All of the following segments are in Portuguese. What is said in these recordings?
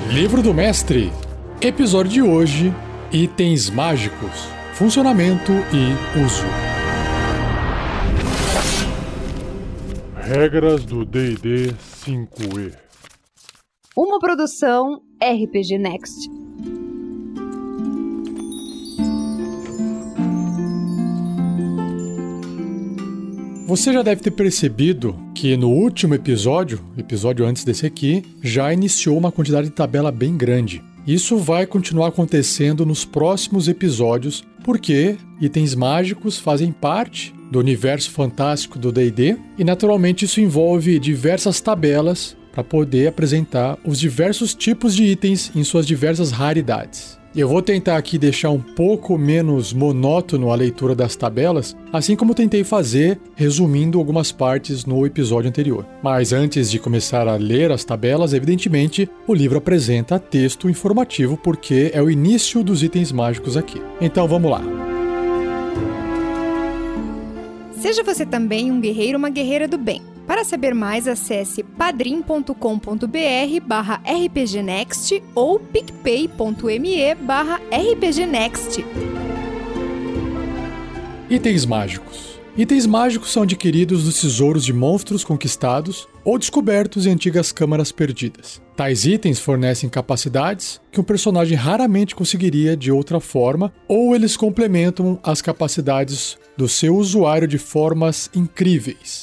Livro do Mestre. Episódio de hoje: Itens mágicos, funcionamento e uso. Regras do D&D 5e. Uma produção RPG Next. Você já deve ter percebido que no último episódio antes desse aqui, já iniciou uma quantidade de tabela bem grande. Isso vai continuar acontecendo nos próximos episódios, porque itens mágicos fazem parte do universo fantástico do D&D, e naturalmente isso envolve diversas tabelas para poder apresentar os diversos tipos de itens em suas diversas raridades. Eu vou tentar aqui deixar um pouco menos monótono a leitura das tabelas, assim como tentei fazer resumindo algumas partes no episódio anterior. Mas antes de começar a ler as tabelas, evidentemente, o livro apresenta texto informativo porque é o início dos itens mágicos aqui. Então vamos lá. Seja você também um guerreiro ou uma guerreira do bem. Para saber mais, acesse padrim.com.br/rpgnext ou picpay.me/rpgnext. Itens mágicos. Itens mágicos são adquiridos dos tesouros de monstros conquistados ou descobertos em antigas câmaras perdidas. Tais itens fornecem capacidades que um personagem raramente conseguiria de outra forma, ou eles complementam as capacidades do seu usuário de formas incríveis.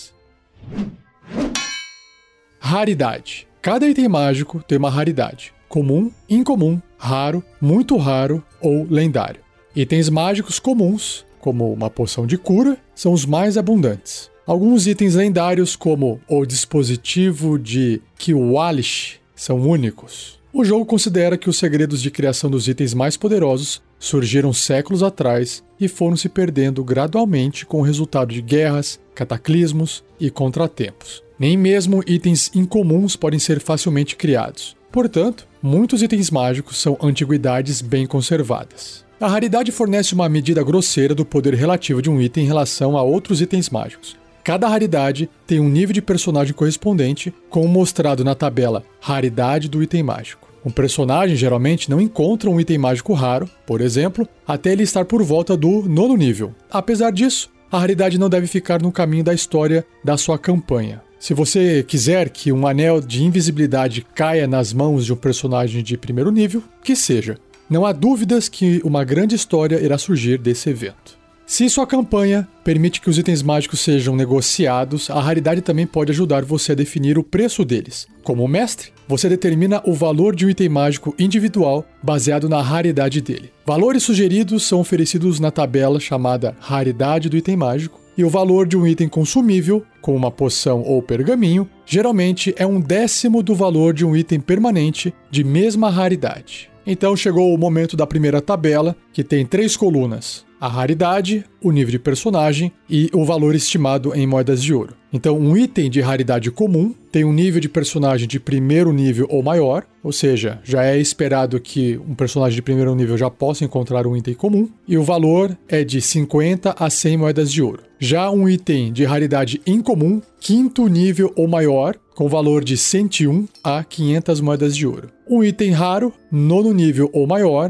Raridade. Cada item mágico tem uma raridade: comum, incomum, raro, muito raro ou lendário. Itens mágicos comuns, como uma poção de cura, são os mais abundantes. Alguns itens lendários, como o dispositivo de Kiwalish, são únicos. O jogo considera que os segredos de criação dos itens mais poderosos surgiram séculos atrás e foram se perdendo gradualmente com o resultado de guerras, cataclismos e contratempos. Nem mesmo itens incomuns podem ser facilmente criados. Portanto, muitos itens mágicos são antiguidades bem conservadas. A raridade fornece uma medida grosseira do poder relativo de um item em relação a outros itens mágicos. Cada raridade tem um nível de personagem correspondente, como mostrado na tabela Raridade do item mágico. Um personagem geralmente não encontra um item mágico raro, por exemplo, até ele estar por volta do 9º nível. Apesar disso, a raridade não deve ficar no caminho da história da sua campanha. Se você quiser que um anel de invisibilidade caia nas mãos de um personagem de 1º nível, que seja. Não há dúvidas que uma grande história irá surgir desse evento. Se sua campanha permite que os itens mágicos sejam negociados, a raridade também pode ajudar você a definir o preço deles. Como mestre, você determina o valor de um item mágico individual baseado na raridade dele. Valores sugeridos são oferecidos na tabela chamada Raridade do item mágico, e o valor de um item consumível, como uma poção ou pergaminho, geralmente é 1/10 do valor de um item permanente de mesma raridade. Então chegou o momento da primeira tabela, que tem 3 colunas: a raridade, o nível de personagem e o valor estimado em moedas de ouro. Então, um item de raridade comum tem um nível de personagem de 1º nível ou maior, ou seja, já é esperado que um personagem de 1º nível já possa encontrar um item comum, e o valor é de 50 a 100 moedas de ouro. Já um item de raridade incomum, 5º nível ou maior, com valor de 101 a 500 moedas de ouro. Um item raro, 9º nível ou maior,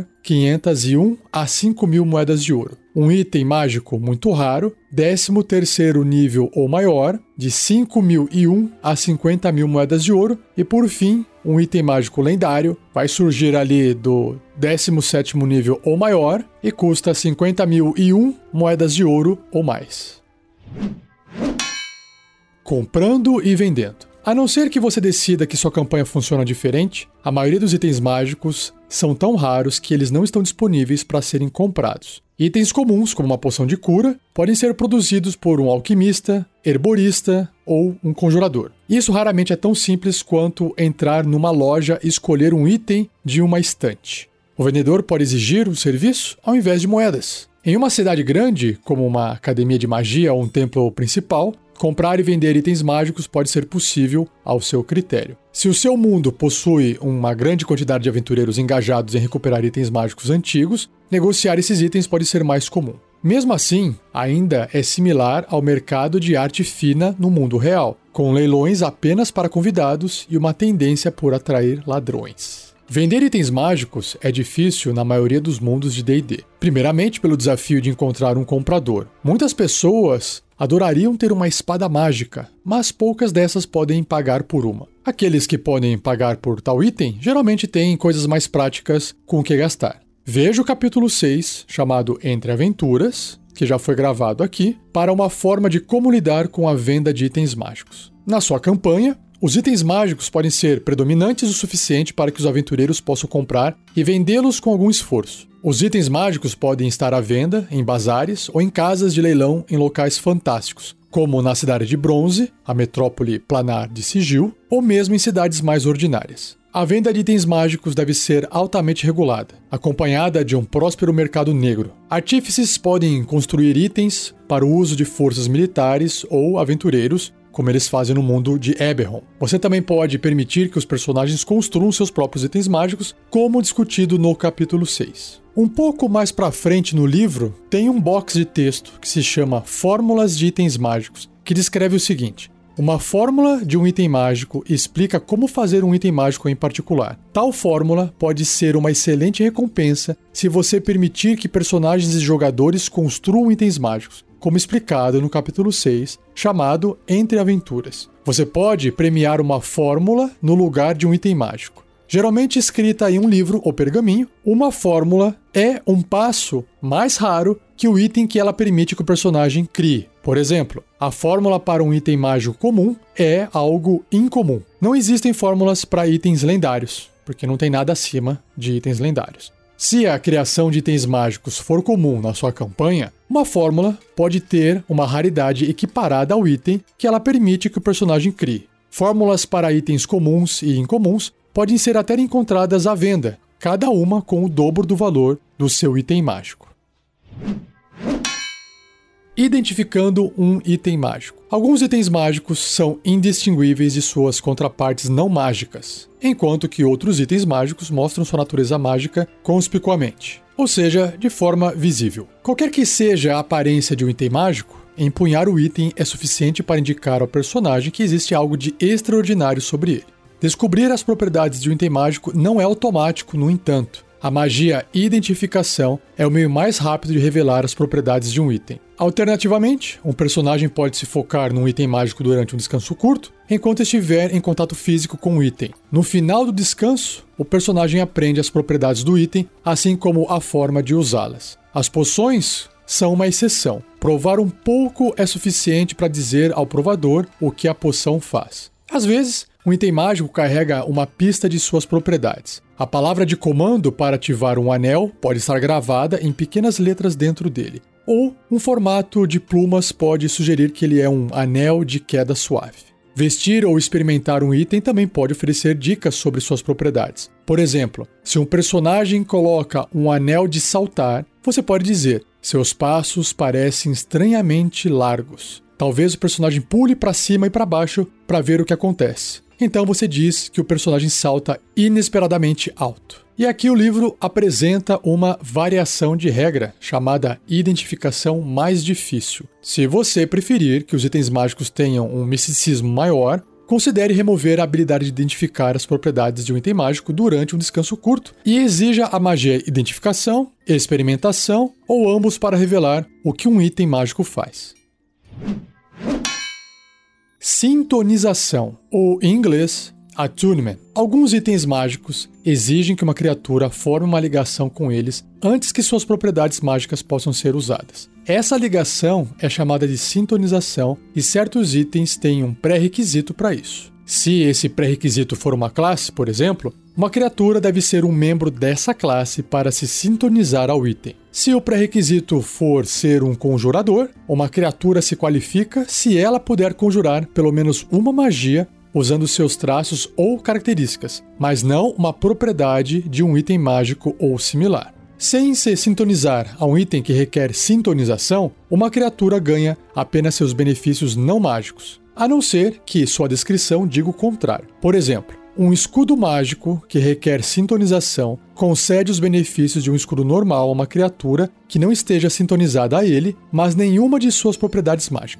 501 a 5.000 moedas de ouro. Um item mágico muito raro, 13º nível ou maior, de 5.001 a 50.000 moedas de ouro. E por fim, um item mágico lendário, vai surgir ali do 17º nível ou maior e custa 50.001 moedas de ouro ou mais. Comprando e vendendo. A não ser que você decida que sua campanha funciona diferente, a maioria dos itens mágicos são tão raros que eles não estão disponíveis para serem comprados. Itens comuns, como uma poção de cura, podem ser produzidos por um alquimista, herborista ou um conjurador. Isso raramente é tão simples quanto entrar numa loja e escolher um item de uma estante. O vendedor pode exigir o serviço ao invés de moedas. Em uma cidade grande, como uma academia de magia ou um templo principal, comprar e vender itens mágicos pode ser possível ao seu critério. Se o seu mundo possui uma grande quantidade de aventureiros engajados em recuperar itens mágicos antigos, negociar esses itens pode ser mais comum. Mesmo assim, ainda é similar ao mercado de arte fina no mundo real, com leilões apenas para convidados e uma tendência por atrair ladrões. Vender itens mágicos é difícil na maioria dos mundos de D&D. Primeiramente, pelo desafio de encontrar um comprador. Muitas pessoas adorariam ter uma espada mágica, mas poucas dessas podem pagar por uma. Aqueles que podem pagar por tal item geralmente têm coisas mais práticas com o que gastar. Veja o capítulo 6, chamado Entre Aventuras, que já foi gravado aqui, para uma forma de como lidar com a venda de itens mágicos. Na sua campanha, os itens mágicos podem ser predominantes o suficiente para que os aventureiros possam comprar e vendê-los com algum esforço. Os itens mágicos podem estar à venda em bazares ou em casas de leilão em locais fantásticos, como na Cidade de Bronze, a metrópole planar de Sigil, ou mesmo em cidades mais ordinárias. A venda de itens mágicos deve ser altamente regulada, acompanhada de um próspero mercado negro. Artífices podem construir itens para o uso de forças militares ou aventureiros, como eles fazem no mundo de Eberron. Você também pode permitir que os personagens construam seus próprios itens mágicos, como discutido no capítulo 6. Um pouco mais pra frente no livro, tem um box de texto que se chama Fórmulas de Itens Mágicos, que descreve o seguinte: uma fórmula de um item mágico explica como fazer um item mágico em particular. Tal fórmula pode ser uma excelente recompensa se você permitir que personagens e jogadores construam itens mágicos, como explicado no capítulo 6, chamado Entre Aventuras. Você pode premiar uma fórmula no lugar de um item mágico. Geralmente escrita em um livro ou pergaminho, uma fórmula é um passo mais raro que o item que ela permite que o personagem crie. Por exemplo, a fórmula para um item mágico comum é algo incomum. Não existem fórmulas para itens lendários, porque não tem nada acima de itens lendários. Se a criação de itens mágicos for comum na sua campanha, uma fórmula pode ter uma raridade equiparada ao item que ela permite que o personagem crie. Fórmulas para itens comuns e incomuns podem ser até encontradas à venda, cada uma com o dobro do valor do seu item mágico. Identificando um item mágico. Alguns itens mágicos são indistinguíveis de suas contrapartes não mágicas, enquanto que outros itens mágicos mostram sua natureza mágica conspicuamente, ou seja, de forma visível. Qualquer que seja a aparência de um item mágico, empunhar o item é suficiente para indicar ao personagem que existe algo de extraordinário sobre ele. Descobrir as propriedades de um item mágico não é automático, no entanto. A magia identificação é o meio mais rápido de revelar as propriedades de um item. Alternativamente, um personagem pode se focar num item mágico durante um descanso curto, enquanto estiver em contato físico com o item. No final do descanso, o personagem aprende as propriedades do item, assim como a forma de usá-las. As poções são uma exceção. Provar um pouco é suficiente para dizer ao provador o que a poção faz. Às vezes, um item mágico carrega uma pista de suas propriedades. A palavra de comando para ativar um anel pode estar gravada em pequenas letras dentro dele. Ou um formato de plumas pode sugerir que ele é um anel de queda suave. Vestir ou experimentar um item também pode oferecer dicas sobre suas propriedades. Por exemplo, se um personagem coloca um anel de saltar, você pode dizer: seus passos parecem estranhamente largos. Talvez o personagem pule para cima e para baixo para ver o que acontece. Então você diz que o personagem salta inesperadamente alto. E aqui o livro apresenta uma variação de regra chamada identificação mais difícil. Se você preferir que os itens mágicos tenham um misticismo maior, considere remover a habilidade de identificar as propriedades de um item mágico durante um descanso curto e exija a magia identificação, experimentação ou ambos para revelar o que um item mágico faz. Sintonização, ou em inglês, attunement. Alguns itens mágicos exigem que uma criatura forme uma ligação com eles antes que suas propriedades mágicas possam ser usadas. Essa ligação é chamada de sintonização e certos itens têm um pré-requisito para isso. Se esse pré-requisito for uma classe, por exemplo, uma criatura deve ser um membro dessa classe para se sintonizar ao item. Se o pré-requisito for ser um conjurador, uma criatura se qualifica se ela puder conjurar pelo menos uma magia usando seus traços ou características, mas não uma propriedade de um item mágico ou similar. Sem se sintonizar a um item que requer sintonização, uma criatura ganha apenas seus benefícios não mágicos, a não ser que sua descrição diga o contrário. Por exemplo, um escudo mágico que requer sintonização concede os benefícios de um escudo normal a uma criatura que não esteja sintonizada a ele, mas nenhuma de suas propriedades mágicas.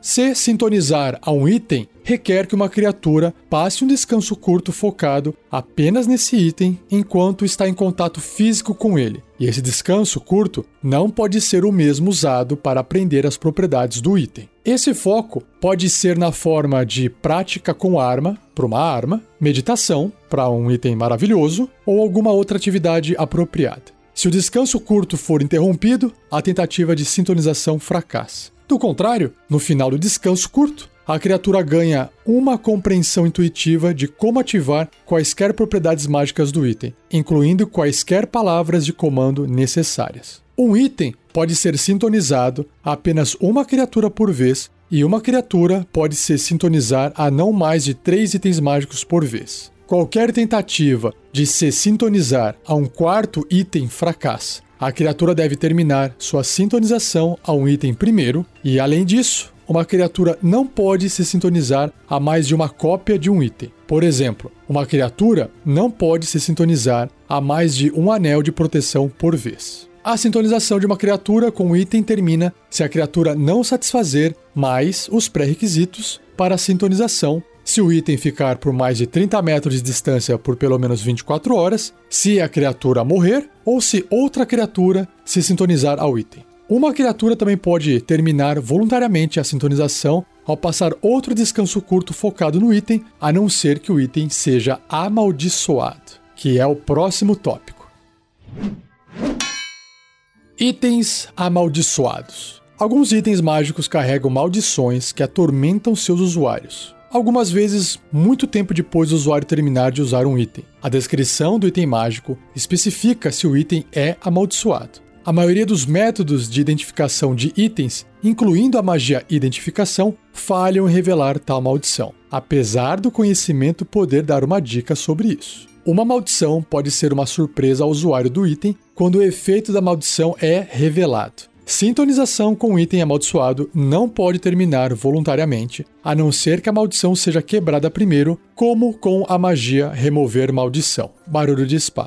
Se sintonizar a um item requer que uma criatura passe um descanso curto focado apenas nesse item enquanto está em contato físico com ele. E esse descanso curto não pode ser o mesmo usado para aprender as propriedades do item. Esse foco pode ser na forma de prática com arma, para uma arma, meditação, para um item maravilhoso, ou alguma outra atividade apropriada. Se o descanso curto for interrompido, a tentativa de sintonização fracassa. Do contrário, no final do descanso curto, a criatura ganha uma compreensão intuitiva de como ativar quaisquer propriedades mágicas do item, incluindo quaisquer palavras de comando necessárias. Um item pode ser sintonizado a apenas uma criatura por vez, e uma criatura pode se sintonizar a não mais de 3 itens mágicos por vez. Qualquer tentativa de se sintonizar a um quarto item fracassa. A criatura deve terminar sua sintonização a um item primeiro, e além disso, uma criatura não pode se sintonizar a mais de uma cópia de um item. Por exemplo, uma criatura não pode se sintonizar a mais de um anel de proteção por vez. A sintonização de uma criatura com um item termina se a criatura não satisfazer mais os pré-requisitos para a sintonização, se o item ficar por mais de 30 metros de distância por pelo menos 24 horas, se a criatura morrer ou se outra criatura se sintonizar ao item. Uma criatura também pode terminar voluntariamente a sintonização ao passar outro descanso curto focado no item, a não ser que o item seja amaldiçoado, que é o próximo tópico. Itens amaldiçoados. Alguns itens mágicos carregam maldições que atormentam seus usuários. Algumas vezes, muito tempo depois do usuário terminar de usar um item. A descrição do item mágico especifica se o item é amaldiçoado. A maioria dos métodos de identificação de itens, incluindo a magia identificação, falham em revelar tal maldição, apesar do conhecimento poder dar uma dica sobre isso. Uma maldição pode ser uma surpresa ao usuário do item quando o efeito da maldição é revelado. Sintonização com o item amaldiçoado não pode terminar voluntariamente, a não ser que a maldição seja quebrada primeiro, como com a magia remover maldição. Barulho de espada.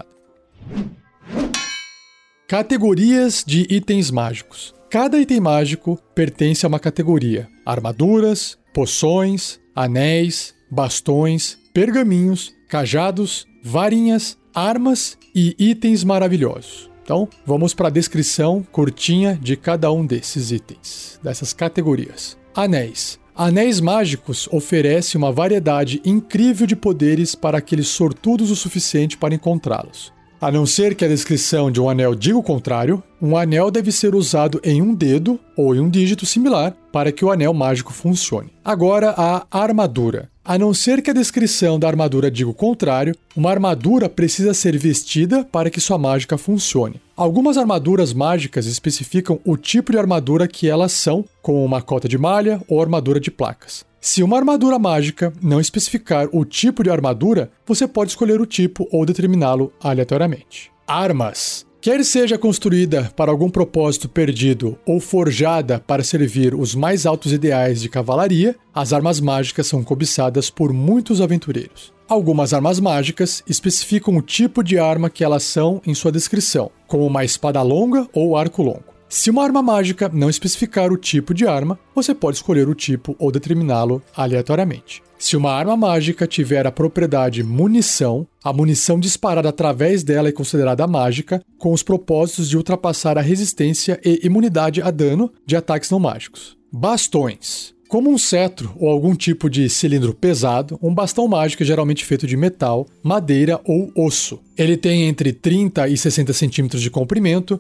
Categorias de itens mágicos. Cada item mágico pertence a uma categoria: armaduras, poções, anéis, bastões, pergaminhos, cajados, varinhas, armas e itens maravilhosos. Então, vamos para a descrição curtinha de cada um desses itens, dessas categorias. Anéis. Anéis mágicos oferecem uma variedade incrível de poderes para aqueles sortudos o suficiente para encontrá-los. A não ser que a descrição de um anel diga o contrário, um anel deve ser usado em um dedo ou em um dígito similar para que o anel mágico funcione. Agora, a armadura. A não ser que a descrição da armadura diga o contrário, uma armadura precisa ser vestida para que sua mágica funcione. Algumas armaduras mágicas especificam o tipo de armadura que elas são, como uma cota de malha ou armadura de placas. Se uma armadura mágica não especificar o tipo de armadura, você pode escolher o tipo ou determiná-lo aleatoriamente. Armas. Quer seja construída para algum propósito perdido ou forjada para servir os mais altos ideais de cavalaria, as armas mágicas são cobiçadas por muitos aventureiros. Algumas armas mágicas especificam o tipo de arma que elas são em sua descrição, como uma espada longa ou arco longo. Se uma arma mágica não especificar o tipo de arma, você pode escolher o tipo ou determiná-lo aleatoriamente. Se uma arma mágica tiver a propriedade munição, a munição disparada através dela é considerada mágica, com os propósitos de ultrapassar a resistência e imunidade a dano de ataques não mágicos. Bastões. Como um cetro ou algum tipo de cilindro pesado, um bastão mágico é geralmente feito de metal, madeira ou osso. Ele tem entre 30 e 60 centímetros de comprimento,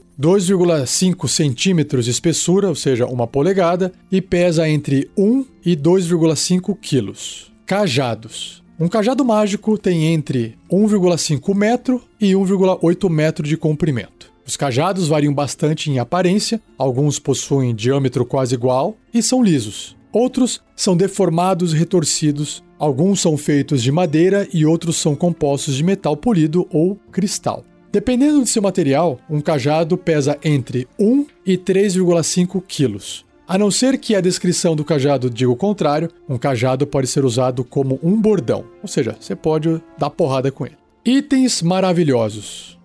2,5 centímetros de espessura, ou seja, 1 polegada, e pesa entre 1 e 2,5 quilos. Cajados. Um cajado mágico tem entre 1,5 metro e 1,8 metro de comprimento. Os cajados variam bastante em aparência, alguns possuem diâmetro quase igual e são lisos. Outros são deformados e retorcidos, alguns são feitos de madeira e outros são compostos de metal polido ou cristal. Dependendo de seu material, um cajado pesa entre 1 e 3,5 quilos. A não ser que a descrição do cajado diga o contrário, um cajado pode ser usado como um bordão, ou seja, você pode dar porrada com ele. Itens maravilhosos.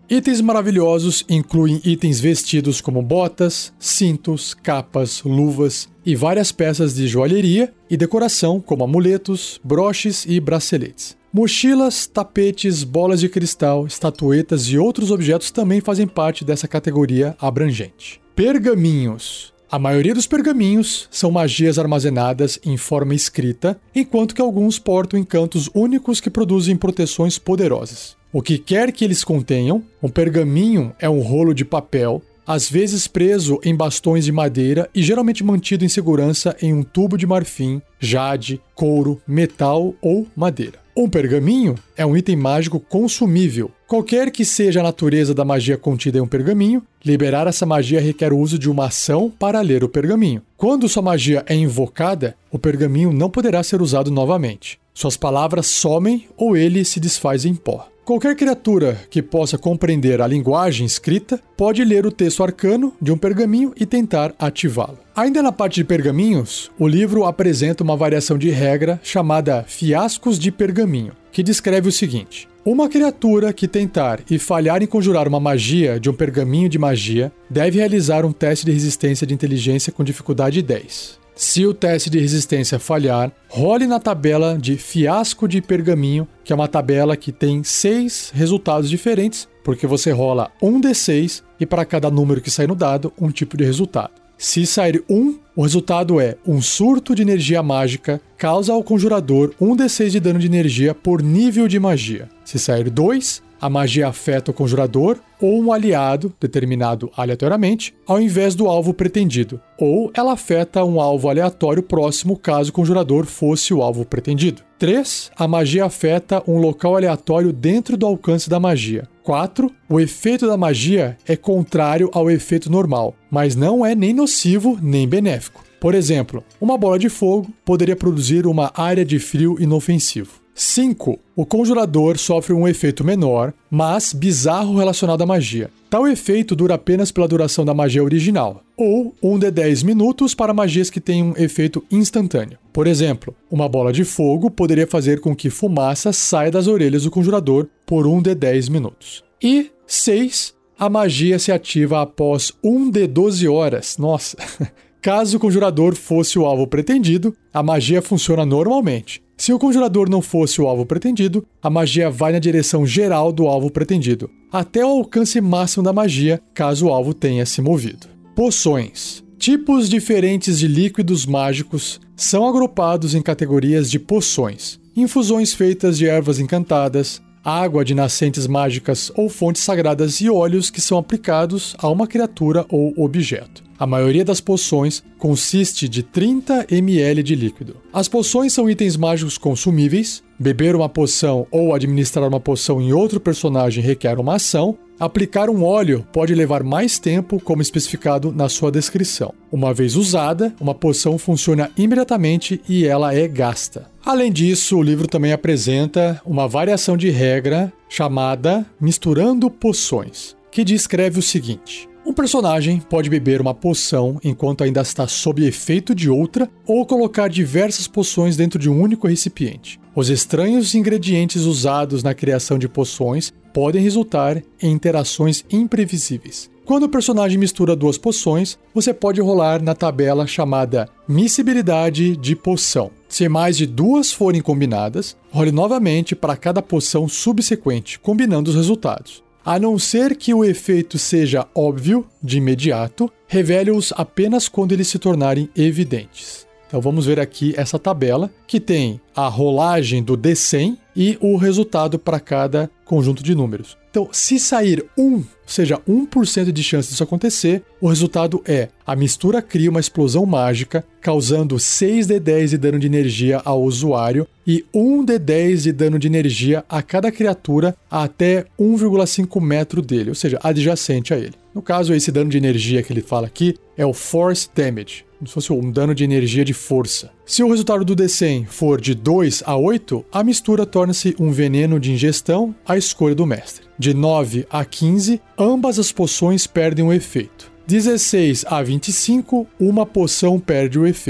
Itens maravilhosos incluem itens vestidos como botas, cintos, capas, luvas e várias peças de joalheria e decoração como amuletos, broches e braceletes. Mochilas, tapetes, bolas de cristal, estatuetas e outros objetos também fazem parte dessa categoria abrangente. Pergaminhos. A maioria dos pergaminhos são magias armazenadas em forma escrita, enquanto que alguns portam encantos únicos que produzem proteções poderosas. O que quer que eles contenham, um pergaminho é um rolo de papel, às vezes preso em bastões de madeira e geralmente mantido em segurança em um tubo de marfim, jade, couro, metal ou madeira. Um pergaminho é um item mágico consumível. Qualquer que seja a natureza da magia contida em um pergaminho, liberar essa magia requer o uso de uma ação para ler o pergaminho. Quando sua magia é invocada, o pergaminho não poderá ser usado novamente. Suas palavras somem ou ele se desfaz em pó. Qualquer criatura que possa compreender a linguagem escrita pode ler o texto arcano de um pergaminho e tentar ativá-lo. Ainda na parte de pergaminhos, o livro apresenta uma variação de regra chamada Fiascos de Pergaminho, que descreve o seguinte: uma criatura que tentar e falhar em conjurar uma magia de um pergaminho de magia deve realizar um teste de resistência de inteligência com dificuldade 10. Se o teste de resistência falhar, role na tabela de Fiasco de Pergaminho, que é uma tabela que tem 6 resultados diferentes, porque você rola um D6 e para cada número que sai no dado, um tipo de resultado. Se sair 1, o resultado é um surto de energia mágica, causa ao conjurador 1d6 de dano de energia por nível de magia. Se sair 2, a magia afeta o conjurador ou um aliado, determinado aleatoriamente, ao invés do alvo pretendido, ou ela afeta um alvo aleatório próximo caso o conjurador fosse o alvo pretendido. 3. A magia afeta um local aleatório dentro do alcance da magia. 4. O efeito da magia é contrário ao efeito normal, mas não é nem nocivo nem benéfico. Por exemplo, uma bola de fogo poderia produzir uma área de frio inofensivo. 5. O conjurador sofre um efeito menor, mas bizarro relacionado à magia. Tal efeito dura apenas pela duração da magia original, ou 1d10 minutos para magias que têm um efeito instantâneo. Por exemplo, uma bola de fogo poderia fazer com que fumaça saia das orelhas do conjurador por 1d10 minutos. E 6. A magia se ativa após 1d12 horas. Nossa! Caso o conjurador fosse o alvo pretendido, a magia funciona normalmente. Se o conjurador não fosse o alvo pretendido, a magia vai na direção geral do alvo pretendido, até o alcance máximo da magia, caso o alvo tenha se movido. Poções. Tipos diferentes de líquidos mágicos são agrupados em categorias de poções. Infusões feitas de ervas encantadas, água de nascentes mágicas ou fontes sagradas e óleos que são aplicados a uma criatura ou objeto. A maioria das poções consiste de 30 ml de líquido. As poções são itens mágicos consumíveis. Beber uma poção ou administrar uma poção em outro personagem requer uma ação. Aplicar um óleo pode levar mais tempo, como especificado na sua descrição. Uma vez usada, uma poção funciona imediatamente e ela é gasta. Além disso, o livro também apresenta uma variação de regra chamada Misturando Poções, que descreve o seguinte: um personagem pode beber uma poção enquanto ainda está sob efeito de outra ou colocar diversas poções dentro de um único recipiente. Os estranhos ingredientes usados na criação de poções podem resultar em interações imprevisíveis. Quando o personagem mistura duas poções, você pode rolar na tabela chamada Miscibilidade de Poção. Se mais de duas forem combinadas, role novamente para cada poção subsequente, combinando os resultados. A não ser que o efeito seja óbvio de imediato, revele-os apenas quando eles se tornarem evidentes. Então vamos ver aqui essa tabela, que tem a rolagem do D100 e o resultado para cada conjunto de números. Então, se sair 1, ou seja, 1% de chance disso acontecer, o resultado é: a mistura cria uma explosão mágica, causando 6d10 de dano de energia ao usuário e 1d10 de dano de energia a cada criatura até 1,5 metro dele, ou seja, adjacente a ele. No caso, esse dano de energia que ele fala aqui é o Force Damage, como se fosse um dano de energia de força. Se o resultado do D100 for de 2 a 8, a mistura torna-se um veneno de ingestão à escolha do mestre. De 9 a 15, ambas as poções perdem o efeito. 16 a 25, uma poção perde o efeito.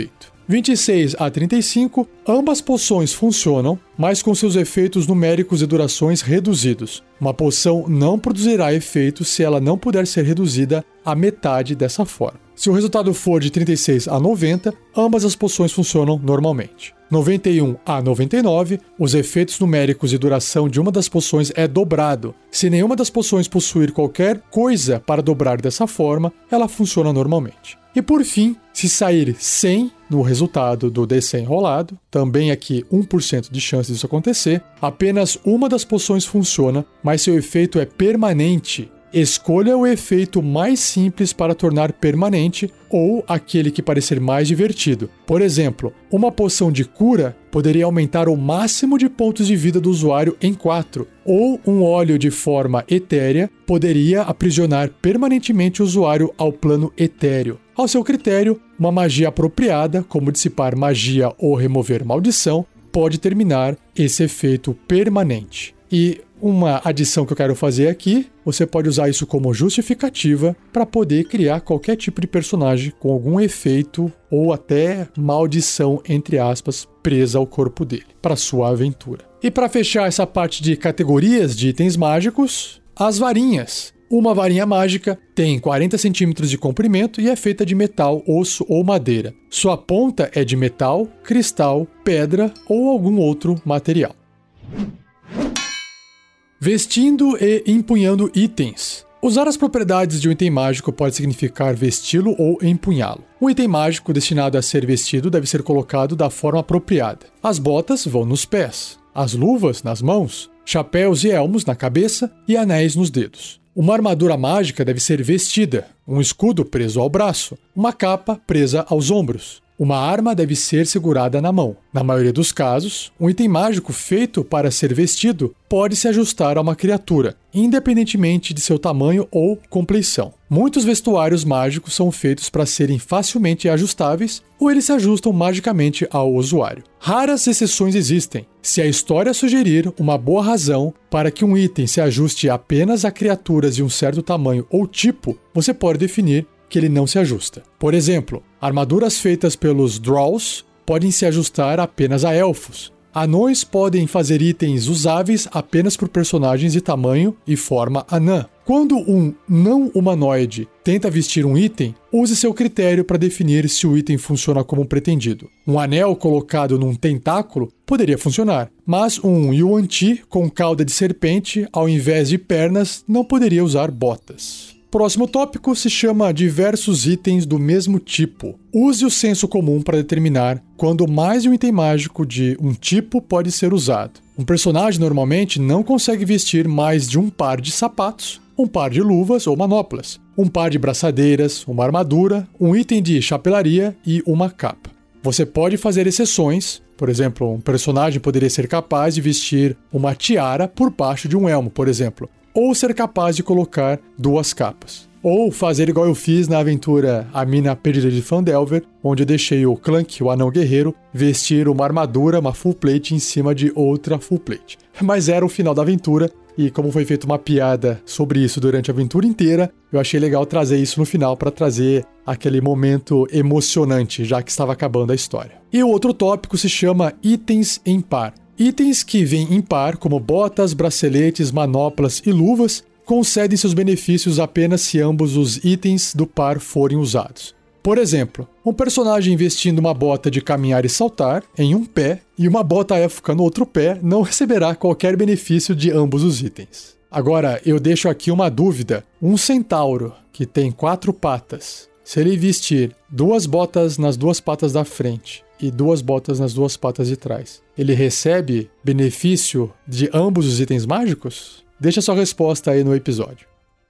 26 a 35, ambas poções funcionam, mas com seus efeitos numéricos e durações reduzidos. Uma poção não produzirá efeito se ela não puder ser reduzida à metade dessa forma. Se o resultado for de 36 a 90, ambas as poções funcionam normalmente. 91 a 99, os efeitos numéricos e duração de uma das poções é dobrado. Se nenhuma das poções possuir qualquer coisa para dobrar dessa forma, ela funciona normalmente. E por fim, se sair 100 no resultado do D100 rolado, também aqui 1% de chance disso acontecer, apenas uma das poções funciona, mas seu efeito é permanente. Escolha o efeito mais simples para tornar permanente ou aquele que parecer mais divertido. Por exemplo, uma poção de cura poderia aumentar o máximo de pontos de vida do usuário em 4, ou um óleo de forma etérea poderia aprisionar permanentemente o usuário ao plano etéreo. Ao seu critério, uma magia apropriada, como dissipar magia ou remover maldição, pode terminar esse efeito permanente. E uma adição que eu quero fazer aqui, você pode usar isso como justificativa para poder criar qualquer tipo de personagem com algum efeito ou até maldição, entre aspas, presa ao corpo dele, para sua aventura. E para fechar essa parte de categorias de itens mágicos, as varinhas. Uma varinha mágica tem 40 centímetros de comprimento e é feita de metal, osso ou madeira. Sua ponta é de metal, cristal, pedra ou algum outro material. Vestindo e empunhando itens. Usar as propriedades de um item mágico pode significar vesti-lo ou empunhá-lo. Um item mágico destinado a ser vestido deve ser colocado da forma apropriada. As botas vão nos pés, as luvas nas mãos, chapéus e elmos na cabeça e anéis nos dedos. Uma armadura mágica deve ser vestida, um escudo preso ao braço, uma capa presa aos ombros. Uma arma deve ser segurada na mão. Na maioria dos casos, um item mágico feito para ser vestido pode se ajustar a uma criatura, independentemente de seu tamanho ou compleição. Muitos vestuários mágicos são feitos para serem facilmente ajustáveis ou eles se ajustam magicamente ao usuário. Raras exceções existem. Se a história sugerir uma boa razão para que um item se ajuste apenas a criaturas de um certo tamanho ou tipo, você pode definir que ele não se ajusta. Por exemplo, armaduras feitas pelos Drolls podem se ajustar apenas a elfos. Anões podem fazer itens usáveis apenas por personagens de tamanho e forma anã. Quando um não humanoide tenta vestir um item, use seu critério para definir se o item funciona como pretendido. Um anel colocado num tentáculo poderia funcionar, mas um yuan-ti com cauda de serpente ao invés de pernas não poderia usar botas. Próximo tópico se chama diversos itens do mesmo tipo. Use o senso comum para determinar quando mais de um item mágico de um tipo pode ser usado. Um personagem normalmente não consegue vestir mais de um par de sapatos, um par de luvas ou manoplas, um par de braçadeiras, uma armadura, um item de chapelaria e uma capa. Você pode fazer exceções. Por exemplo, um personagem poderia ser capaz de vestir uma tiara por baixo de um elmo, por exemplo, ou ser capaz de colocar 2 capas. Ou fazer igual eu fiz na aventura A Mina Perdida de Phandelver, onde eu deixei o Clank, o anão guerreiro, vestir uma armadura, uma full plate em cima de outra full plate. Mas era o final da aventura, e como foi feita uma piada sobre isso durante a aventura inteira, eu achei legal trazer isso no final para trazer aquele momento emocionante, já que estava acabando a história. E o outro tópico se chama itens em par. Itens que vêm em par, como botas, braceletes, manoplas e luvas, concedem seus benefícios apenas se ambos os itens do par forem usados. Por exemplo, um personagem vestindo uma bota de caminhar e saltar em um pé e uma bota élfica no outro pé não receberá qualquer benefício de ambos os itens. Agora, eu deixo aqui uma dúvida. Um centauro que tem 4 patas, se ele vestir 2 botas nas 2 patas da frente e 2 botas nas 2 patas de trás, ele recebe benefício de ambos os itens mágicos? Deixa sua resposta aí no episódio.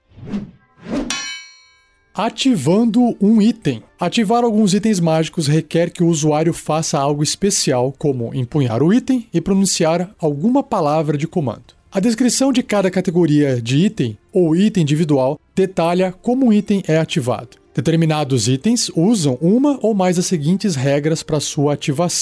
Ativando um item. Ativar alguns itens mágicos requer que o usuário faça algo especial, como empunhar o item e pronunciar alguma palavra de comando. A descrição de cada categoria de item ou item individual detalha como um item é ativado. Determinados itens usam uma ou mais das seguintes regras para sua ativação,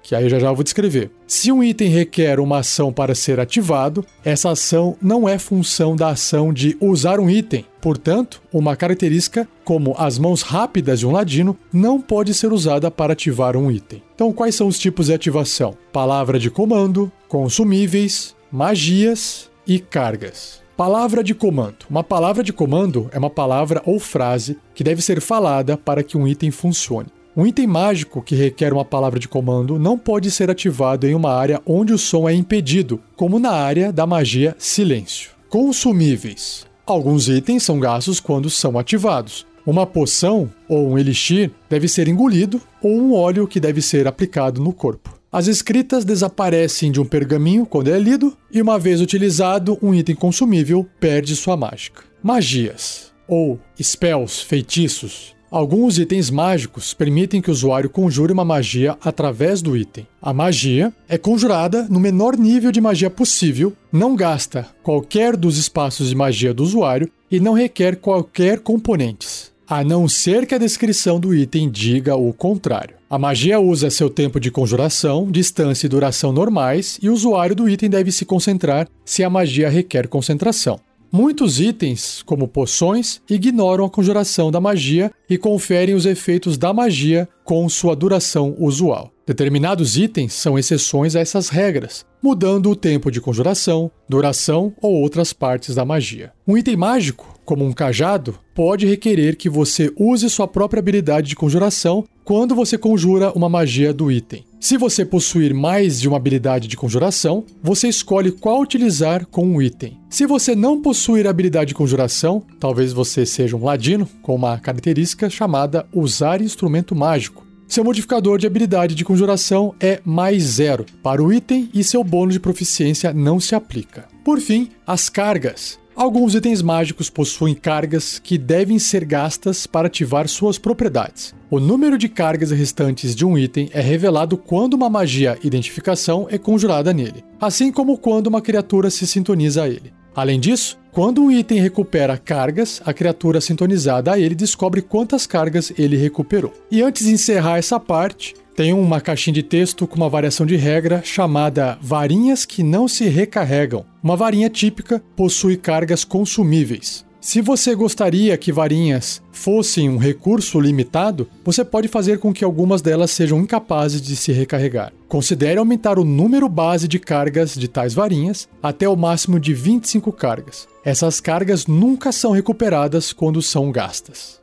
que aí já vou descrever. Se um item requer uma ação para ser ativado, essa ação não é função da ação de usar um item. Portanto, uma característica como as mãos rápidas de um ladino não pode ser usada para ativar um item. Então, quais são os tipos de ativação? Palavra de comando, consumíveis, magias e cargas. Palavra de comando. Uma palavra de comando é uma palavra ou frase que deve ser falada para que um item funcione. Um item mágico que requer uma palavra de comando não pode ser ativado em uma área onde o som é impedido, como na área da magia Silêncio. Consumíveis. Alguns itens são gastos quando são ativados. Uma poção ou um elixir deve ser engolido ou um óleo que deve ser aplicado no corpo. As escritas desaparecem de um pergaminho quando é lido e uma vez utilizado, um item consumível perde sua mágica. Magias ou spells, feitiços. Alguns itens mágicos permitem que o usuário conjure uma magia através do item. A magia é conjurada no menor nível de magia possível, não gasta qualquer dos espaços de magia do usuário e não requer qualquer componentes, a não ser que a descrição do item diga o contrário. A magia usa seu tempo de conjuração, distância e duração normais, e o usuário do item deve se concentrar se a magia requer concentração. Muitos itens, como poções, ignoram a conjuração da magia e conferem os efeitos da magia com sua duração usual. Determinados itens são exceções a essas regras, mudando o tempo de conjuração, duração ou outras partes da magia. Um item mágico, como um cajado, pode requerer que você use sua própria habilidade de conjuração quando você conjura uma magia do item. Se você possuir mais de uma habilidade de conjuração, você escolhe qual utilizar com o item. Se você não possuir a habilidade de conjuração, talvez você seja um ladino com uma característica chamada usar instrumento mágico. Seu modificador de habilidade de conjuração é +0 para o item e seu bônus de proficiência não se aplica. Por fim, as cargas. Alguns itens mágicos possuem cargas que devem ser gastas para ativar suas propriedades. O número de cargas restantes de um item é revelado quando uma magia identificação é conjurada nele, assim como quando uma criatura se sintoniza a ele. Além disso, quando um item recupera cargas, a criatura sintonizada a ele descobre quantas cargas ele recuperou. E antes de encerrar essa parte, tem uma caixinha de texto com uma variação de regra chamada varinhas que não se recarregam. Uma varinha típica possui cargas consumíveis. Se você gostaria que varinhas fossem um recurso limitado, você pode fazer com que algumas delas sejam incapazes de se recarregar. Considere aumentar o número base de cargas de tais varinhas até o máximo de 25 cargas. Essas cargas nunca são recuperadas quando são gastas.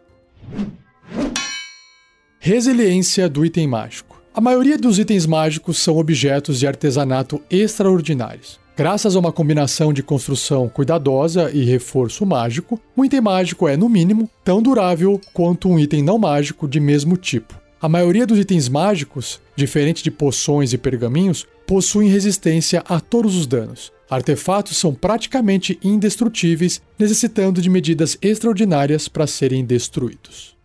Resiliência do item mágico. A maioria dos itens mágicos são objetos de artesanato extraordinários. Graças a uma combinação de construção cuidadosa e reforço mágico, um item mágico é, no mínimo, tão durável quanto um item não mágico de mesmo tipo. A maioria dos itens mágicos, diferente de poções e pergaminhos, possuem resistência a todos os danos. Artefatos são praticamente indestrutíveis, necessitando de medidas extraordinárias para serem destruídos.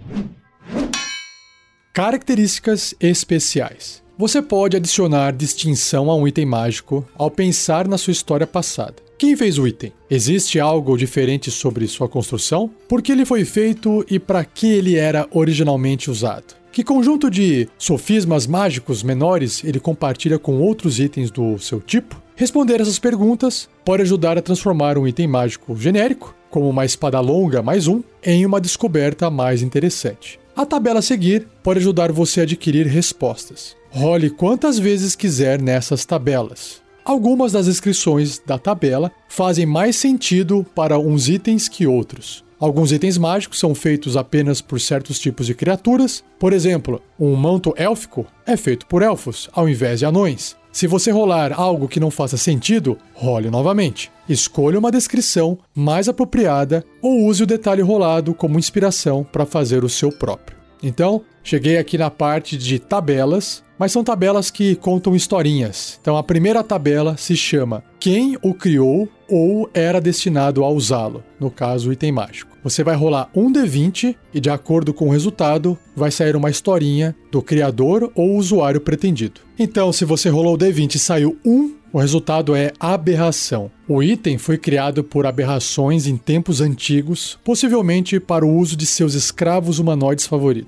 Características especiais. Você pode adicionar distinção a um item mágico ao pensar na sua história passada. Quem fez o item? Existe algo diferente sobre sua construção? Por que ele foi feito e para que ele era originalmente usado? Que conjunto de sofismas mágicos menores ele compartilha com outros itens do seu tipo? Responder essas perguntas pode ajudar a transformar um item mágico genérico, como uma espada longa +1, em uma descoberta mais interessante. A tabela a seguir pode ajudar você a adquirir respostas. Role quantas vezes quiser nessas tabelas. Algumas das descrições da tabela fazem mais sentido para uns itens que outros. Alguns itens mágicos são feitos apenas por certos tipos de criaturas. Por exemplo, um manto élfico é feito por elfos, ao invés de anões. Se você rolar algo que não faça sentido, role novamente. Escolha uma descrição mais apropriada ou use o detalhe rolado como inspiração para fazer o seu próprio. Então, cheguei aqui na parte de tabelas, mas são tabelas que contam historinhas. Então, a primeira tabela se chama Quem o criou ou era destinado a usá-lo, no caso, o item mágico. Você vai rolar um D20 e, de acordo com o resultado, vai sair uma historinha do criador ou usuário pretendido. Então, se você rolou o D20 e saiu 1, o resultado é aberração. O item foi criado por aberrações em tempos antigos, possivelmente para o uso de seus escravos humanoides favoritos.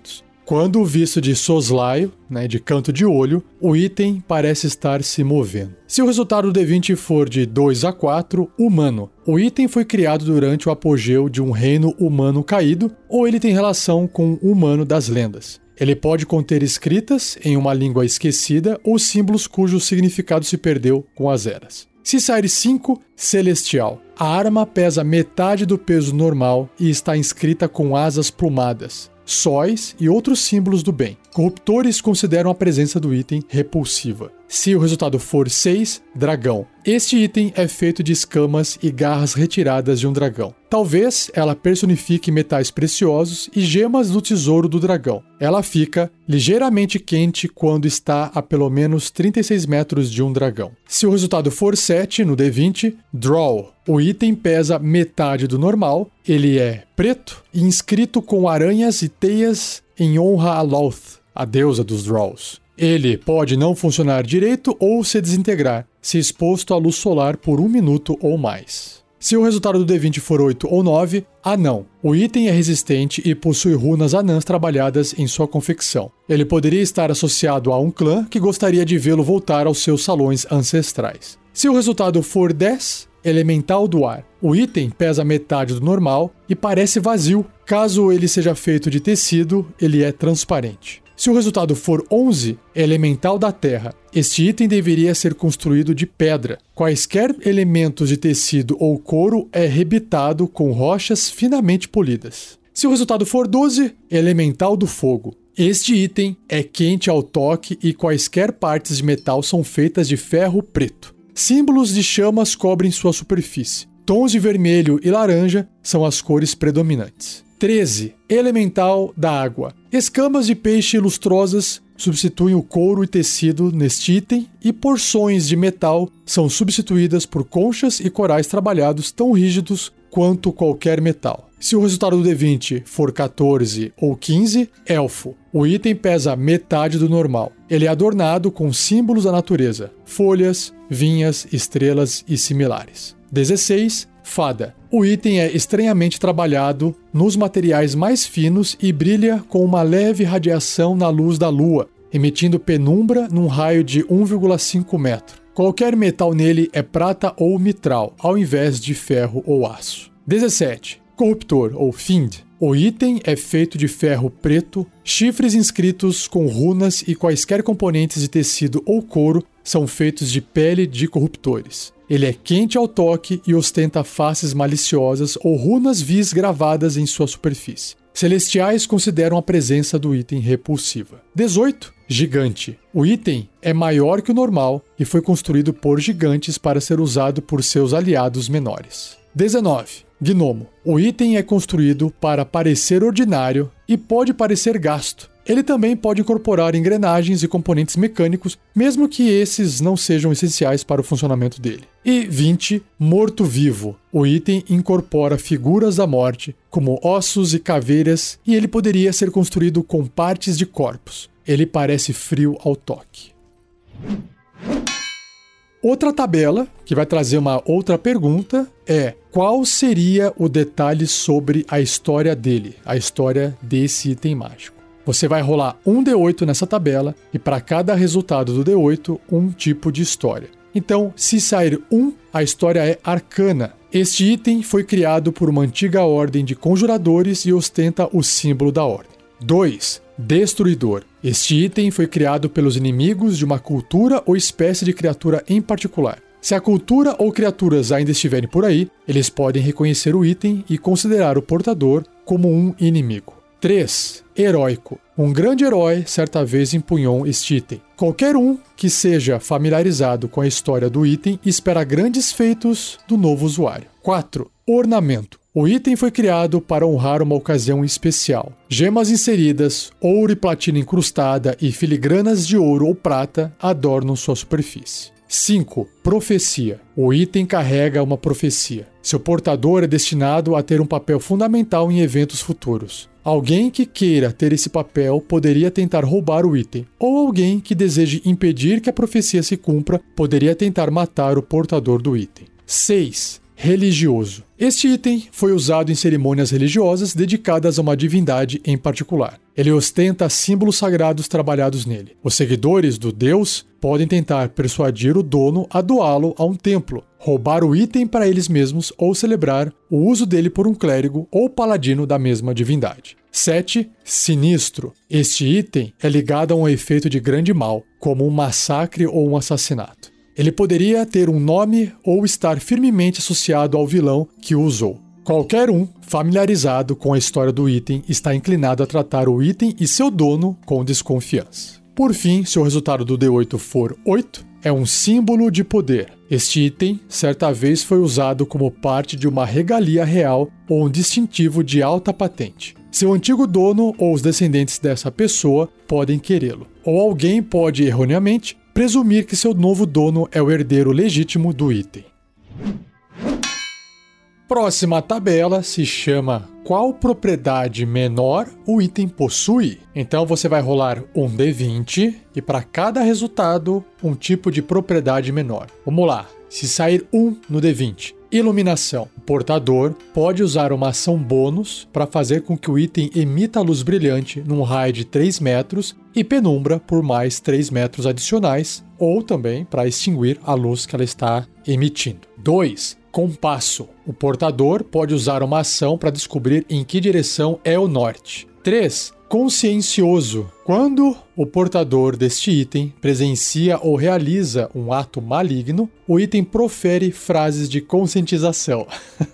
Quando visto de soslaio, né, de canto de olho, o item parece estar se movendo. Se o resultado do D20 for de 2 a 4, humano. O item foi criado durante o apogeu de um reino humano caído, ou ele tem relação com o humano das lendas. Ele pode conter escritas em uma língua esquecida ou símbolos cujo significado se perdeu com as eras. Se sair 5, celestial. A arma pesa metade do peso normal e está inscrita com asas plumadas, sóis e outros símbolos do bem. Corruptores consideram a presença do item repulsiva. Se o resultado for 6, dragão. Este item é feito de escamas e garras retiradas de um dragão. Talvez ela personifique metais preciosos e gemas do tesouro do dragão. Ela fica ligeiramente quente quando está a pelo menos 36 metros de um dragão. Se o resultado for 7 no D20, draw. O item pesa metade do normal, ele é preto e inscrito com aranhas e teias em honra a Loth, a deusa dos draws. Ele pode não funcionar direito ou se desintegrar, se exposto à luz solar por 1 minuto ou mais. Se o resultado do D20 for 8 ou 9, anão. O item é resistente e possui runas anãs trabalhadas em sua confecção. Ele poderia estar associado a um clã que gostaria de vê-lo voltar aos seus salões ancestrais. Se o resultado for 10, elemental do ar. O item pesa metade do normal e parece vazio. Caso ele seja feito de tecido, ele é transparente. Se o resultado for 11, elemental da terra. Este item deveria ser construído de pedra. Quaisquer elementos de tecido ou couro é rebitado com rochas finamente polidas. Se o resultado for 12, elemental do fogo. Este item é quente ao toque e quaisquer partes de metal são feitas de ferro preto. Símbolos de chamas cobrem sua superfície. Tons de vermelho e laranja são as cores predominantes. 13. Elemental da água. Escamas de peixe lustrosas substituem o couro e tecido neste item e porções de metal são substituídas por conchas e corais trabalhados tão rígidos quanto qualquer metal. Se o resultado do D20 for 14 ou 15, elfo. O item pesa metade do normal. Ele é adornado com símbolos da natureza, folhas, vinhas, estrelas e similares. 16. Fada. O item é estranhamente trabalhado nos materiais mais finos e brilha com uma leve radiação na luz da lua, emitindo penumbra num raio de 1,5 metro. Qualquer metal nele é prata ou mitral, ao invés de ferro ou aço. 17. Corruptor, ou Fiend. O item é feito de ferro preto, chifres inscritos com runas e quaisquer componentes de tecido ou couro são feitos de pele de corruptores. Ele é quente ao toque e ostenta faces maliciosas ou runas vis gravadas em sua superfície. Celestiais consideram a presença do item repulsiva. 18. Gigante. O item é maior que o normal e foi construído por gigantes para ser usado por seus aliados menores. 19. Gnomo. O item é construído para parecer ordinário e pode parecer gasto. Ele também pode incorporar engrenagens e componentes mecânicos, mesmo que esses não sejam essenciais para o funcionamento dele. E 20. Morto-vivo. O item incorpora figuras da morte, como ossos e caveiras, e ele poderia ser construído com partes de corpos. Ele parece frio ao toque. Outra tabela, que vai trazer uma outra pergunta, é: qual seria o detalhe sobre a história dele, a história desse item mágico? Você vai rolar um D8 nessa tabela e para cada resultado do D8, um tipo de história. Então, se sair 1, a história é arcana. Este item foi criado por uma antiga ordem de conjuradores e ostenta o símbolo da ordem. 2. Destruidor. Este item foi criado pelos inimigos de uma cultura ou espécie de criatura em particular. Se a cultura ou criaturas ainda estiverem por aí, eles podem reconhecer o item e considerar o portador como um inimigo. 3. Heróico. Um grande herói certa vez empunhou este item. Qualquer um que seja familiarizado com a história do item espera grandes feitos do novo usuário. 4. Ornamento. O item foi criado para honrar uma ocasião especial. Gemas inseridas, ouro e platina incrustada e filigranas de ouro ou prata adornam sua superfície. 5. Profecia. O item carrega uma profecia. Seu portador é destinado a ter um papel fundamental em eventos futuros. Alguém que queira ter esse papel poderia tentar roubar o item, ou alguém que deseje impedir que a profecia se cumpra poderia tentar matar o portador do item. 6. religioso. Este item foi usado em cerimônias religiosas dedicadas a uma divindade em particular. Ele ostenta símbolos sagrados trabalhados nele. Os seguidores do deus podem tentar persuadir o dono a doá-lo a um templo, roubar o item para eles mesmos ou celebrar o uso dele por um clérigo ou paladino da mesma divindade. 7. Sinistro. Este item é ligado a um efeito de grande mal, como um massacre ou um assassinato. Ele poderia ter um nome ou estar firmemente associado ao vilão que o usou. Qualquer um familiarizado com a história do item está inclinado a tratar o item e seu dono com desconfiança. Por fim, se o resultado do D8 for 8, é um símbolo de poder. Este item, certa vez, foi usado como parte de uma regalia real ou um distintivo de alta patente. Seu antigo dono ou os descendentes dessa pessoa podem querê-lo. Ou alguém pode, erroneamente, presumir que seu novo dono é o herdeiro legítimo do item. Próxima tabela se chama Qual propriedade menor o item possui? Então você vai rolar um D20 e para cada resultado um tipo de propriedade menor. Vamos lá, se sair 1 no D20, iluminação. O portador pode usar uma ação bônus para fazer com que o item emita luz brilhante num raio de 3 metros e penumbra por mais 3 metros adicionais, ou também para extinguir a luz que ela está emitindo. 2. Compasso. O portador pode usar uma ação para descobrir em que direção é o norte. 3. Consciencioso. Quando o portador deste item presencia ou realiza um ato maligno, o item profere frases de conscientização.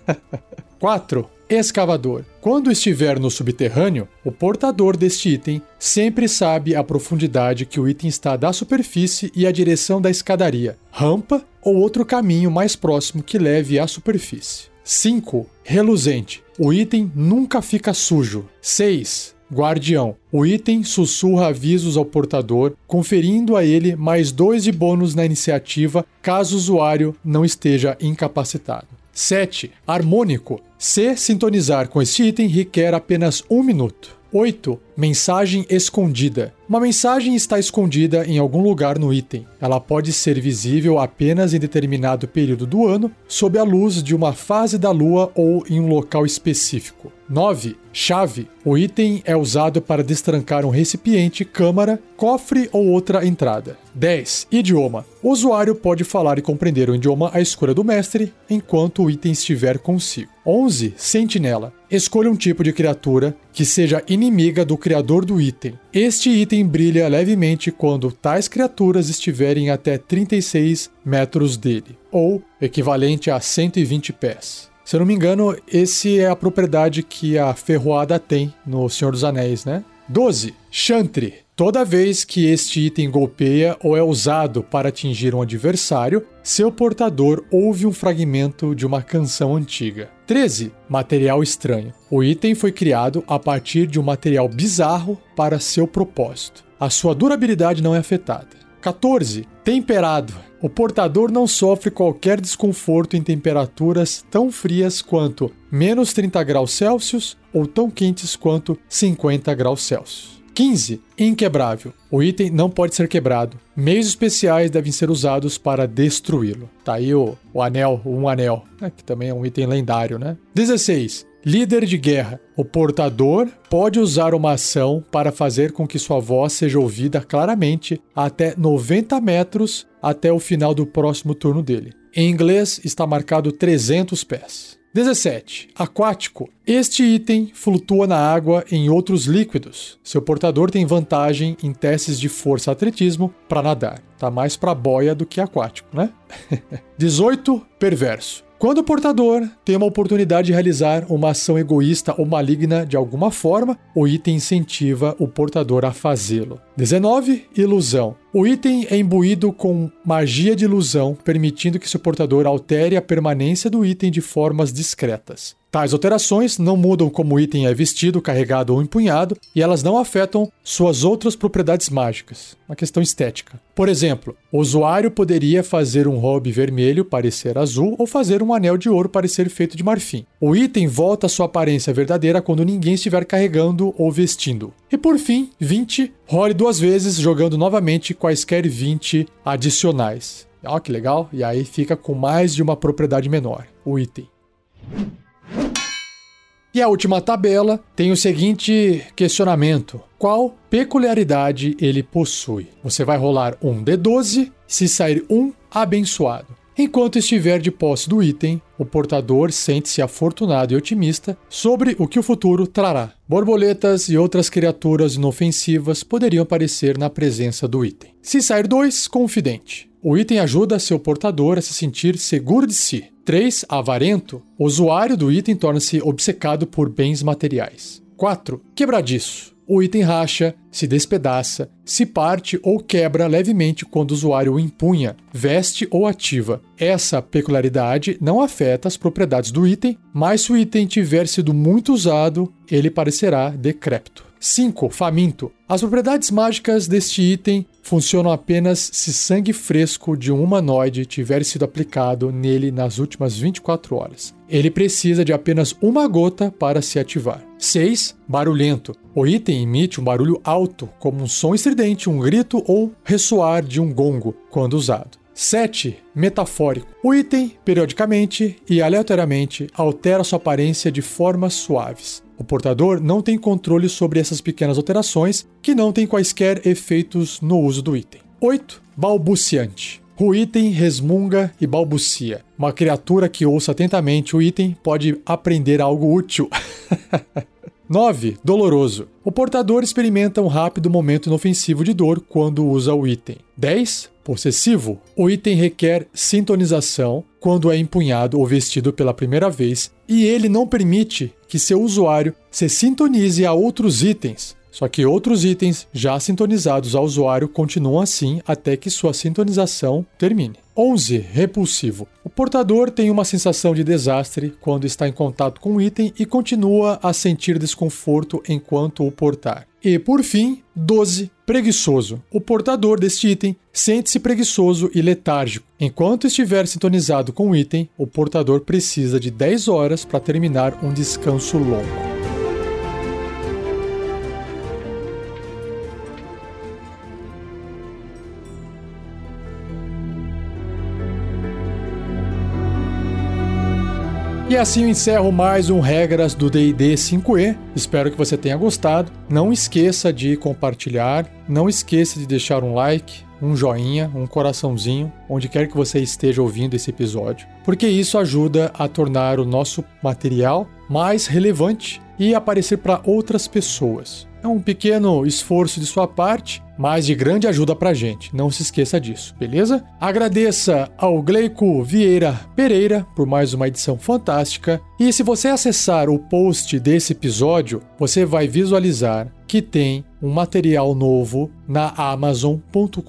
4. Escavador. Quando estiver no subterrâneo, o portador deste item sempre sabe a profundidade que o item está da superfície e a direção da escadaria, rampa ou outro caminho mais próximo que leve à superfície. 5. Reluzente. O item nunca fica sujo. 6. Guardião. O item sussurra avisos ao portador, conferindo a ele mais 2 de bônus na iniciativa caso o usuário não esteja incapacitado. 7. Harmônico. Se sintonizar com este item requer apenas 1 minuto. 8. Mensagem escondida. Uma mensagem está escondida em algum lugar no item. Ela pode ser visível apenas em determinado período do ano, sob a luz de uma fase da lua ou em um local específico. 9. Chave. O item é usado para destrancar um recipiente, câmara, cofre ou outra entrada. 10. Idioma. O usuário pode falar e compreender o idioma à escolha do mestre, enquanto o item estiver consigo. 11. Sentinela. Escolha um tipo de criatura que seja inimiga do criador do item. Este item brilha levemente quando tais criaturas estiverem até 36 metros dele, ou equivalente a 120 pés. Se eu não me engano, esse é a propriedade que a ferroada tem no Senhor dos Anéis, né? 12. Chantre. Toda vez que este item golpeia ou é usado para atingir um adversário, seu portador ouve um fragmento de uma canção antiga. 13. Material estranho. O item foi criado a partir de um material bizarro para seu propósito. A sua durabilidade não é afetada. 14. Temperado. O portador não sofre qualquer desconforto em temperaturas tão frias quanto menos 30 graus Celsius ou tão quentes quanto 50 graus Celsius. 15. Inquebrável. O item não pode ser quebrado. Meios especiais devem ser usados para destruí-lo. Tá aí o anel, um anel, né, que também é um item lendário, né? 16. Líder de guerra. O portador pode usar uma ação para fazer com que sua voz seja ouvida claramente até 90 metros até o final do próximo turno dele. Em inglês está marcado 300 pés. 17. Aquático. Este item flutua na água em outros líquidos. Seu portador tem vantagem em testes de força-atletismo para nadar. Tá mais para boia do que aquático, né? 18. Perverso. Quando o portador tem uma oportunidade de realizar uma ação egoísta ou maligna de alguma forma, o item incentiva o portador a fazê-lo. 19. Ilusão. O item é imbuído com magia de ilusão, permitindo que seu portador altere a permanência do item de formas discretas. Tais alterações não mudam como o item é vestido, carregado ou empunhado, e elas não afetam suas outras propriedades mágicas, uma questão estética. Por exemplo, o usuário poderia fazer um robe vermelho parecer azul ou fazer um anel de ouro parecer feito de marfim. O item volta à sua aparência verdadeira quando ninguém estiver carregando ou vestindo. E por fim, 20. Role 2 vezes, jogando novamente quaisquer 20 adicionais. Ó, que legal. E aí fica com mais de uma propriedade menor, o item. E a última tabela tem o seguinte questionamento. Qual peculiaridade ele possui? Você vai rolar um D12, se sair um, abençoado. Enquanto estiver de posse do item, o portador sente-se afortunado e otimista sobre o que o futuro trará. Borboletas e outras criaturas inofensivas poderiam aparecer na presença do item. Se sair 2, confidente. O item ajuda seu portador a se sentir seguro de si. 3, avarento. O usuário do item torna-se obcecado por bens materiais. 4, quebradiço. O item racha, se despedaça, se parte ou quebra levemente quando o usuário o empunha, veste ou ativa. Essa peculiaridade não afeta as propriedades do item, mas se o item tiver sido muito usado, ele parecerá decrépito. 5. Faminto. As propriedades mágicas deste item funcionam apenas se sangue fresco de um humanoide tiver sido aplicado nele nas últimas 24 horas. Ele precisa de apenas uma gota para se ativar. 6. Barulhento. O item emite um barulho alto, como um som estridente, um grito ou ressoar de um gongo, quando usado. 7. Metafórico. O item, periodicamente e aleatoriamente, altera sua aparência de formas suaves. O portador não tem controle sobre essas pequenas alterações, que não têm quaisquer efeitos no uso do item. 8. Balbuciante. O item resmunga e balbucia. Uma criatura que ouça atentamente o item pode aprender algo útil. 9. Doloroso. O portador experimenta um rápido momento inofensivo de dor quando usa o item. 10. Possessivo. O item requer sintonização quando é empunhado ou vestido pela primeira vez e ele não permite que seu usuário se sintonize a outros itens. Só que outros itens já sintonizados ao usuário continuam assim até que sua sintonização termine. 11. Repulsivo. O portador tem uma sensação de desastre quando está em contato com o item e continua a sentir desconforto enquanto o portar. E, por fim, 12. Preguiçoso. O portador deste item sente-se preguiçoso e letárgico. Enquanto estiver sintonizado com o item, o portador precisa de 10 horas para terminar um descanso longo. E assim eu encerro mais um Regras do D&D 5e. Espero que você tenha gostado. Não esqueça de compartilhar, não esqueça de deixar um like, um joinha, um coraçãozinho, onde quer que você esteja ouvindo esse episódio, porque isso ajuda a tornar o nosso material mais relevante e aparecer para outras pessoas. É um pequeno esforço de sua parte, mas de grande ajuda pra gente. Não se esqueça disso, beleza? Agradeça ao Gleico Vieira Pereira por mais uma edição fantástica. E se você acessar o post desse episódio, você vai visualizar que tem um material novo na Amazon.com.br,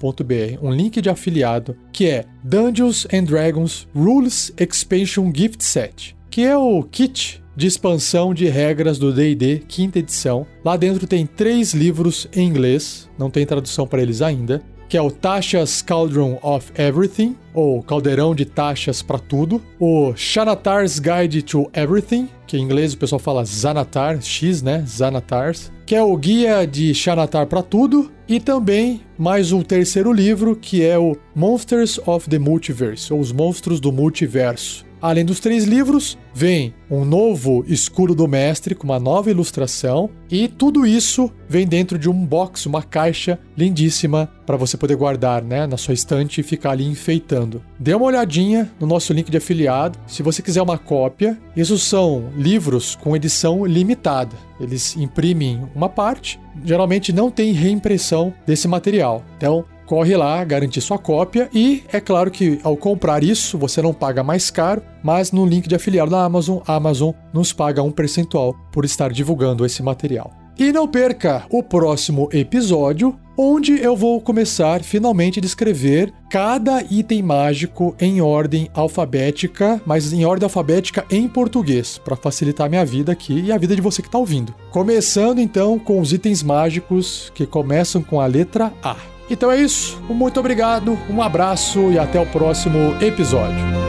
um link de afiliado, que é Dungeons & Dragons Rules Expansion Gift Set, que é o kit de expansão de regras do D&D, 5ª edição. Lá dentro tem 3 livros em inglês, não tem tradução para eles ainda, que é o Tasha's Cauldron of Everything, ou Caldeirão de Taxas para Tudo, o Xanatar's Guide to Everything, que em inglês o pessoal fala Xanatar, X, né? Xanatar's, que é o Guia de Xanatar para Tudo, e também mais um 3º livro, que é o Monsters of the Multiverse, ou Os Monstros do Multiverso. Além dos 3 livros, vem um novo Escudo do Mestre com uma nova ilustração e tudo isso vem dentro de um box, uma caixa lindíssima para você poder guardar, né, na sua estante e ficar ali enfeitando. Dê uma olhadinha no nosso link de afiliado, se você quiser uma cópia. Esses são livros com edição limitada. Eles imprimem uma parte, geralmente não tem reimpressão desse material. Então, corre lá, garante sua cópia e é claro que ao comprar isso você não paga mais caro, mas no link de afiliado da Amazon, a Amazon nos paga um percentual por estar divulgando esse material. E não perca o próximo episódio, onde eu vou começar finalmente a descrever cada item mágico em ordem alfabética, mas em ordem alfabética em português, para facilitar a minha vida aqui e a vida de você que está ouvindo. Começando então com os itens mágicos que começam com a letra A. Então é isso, muito obrigado, um abraço e até o próximo episódio.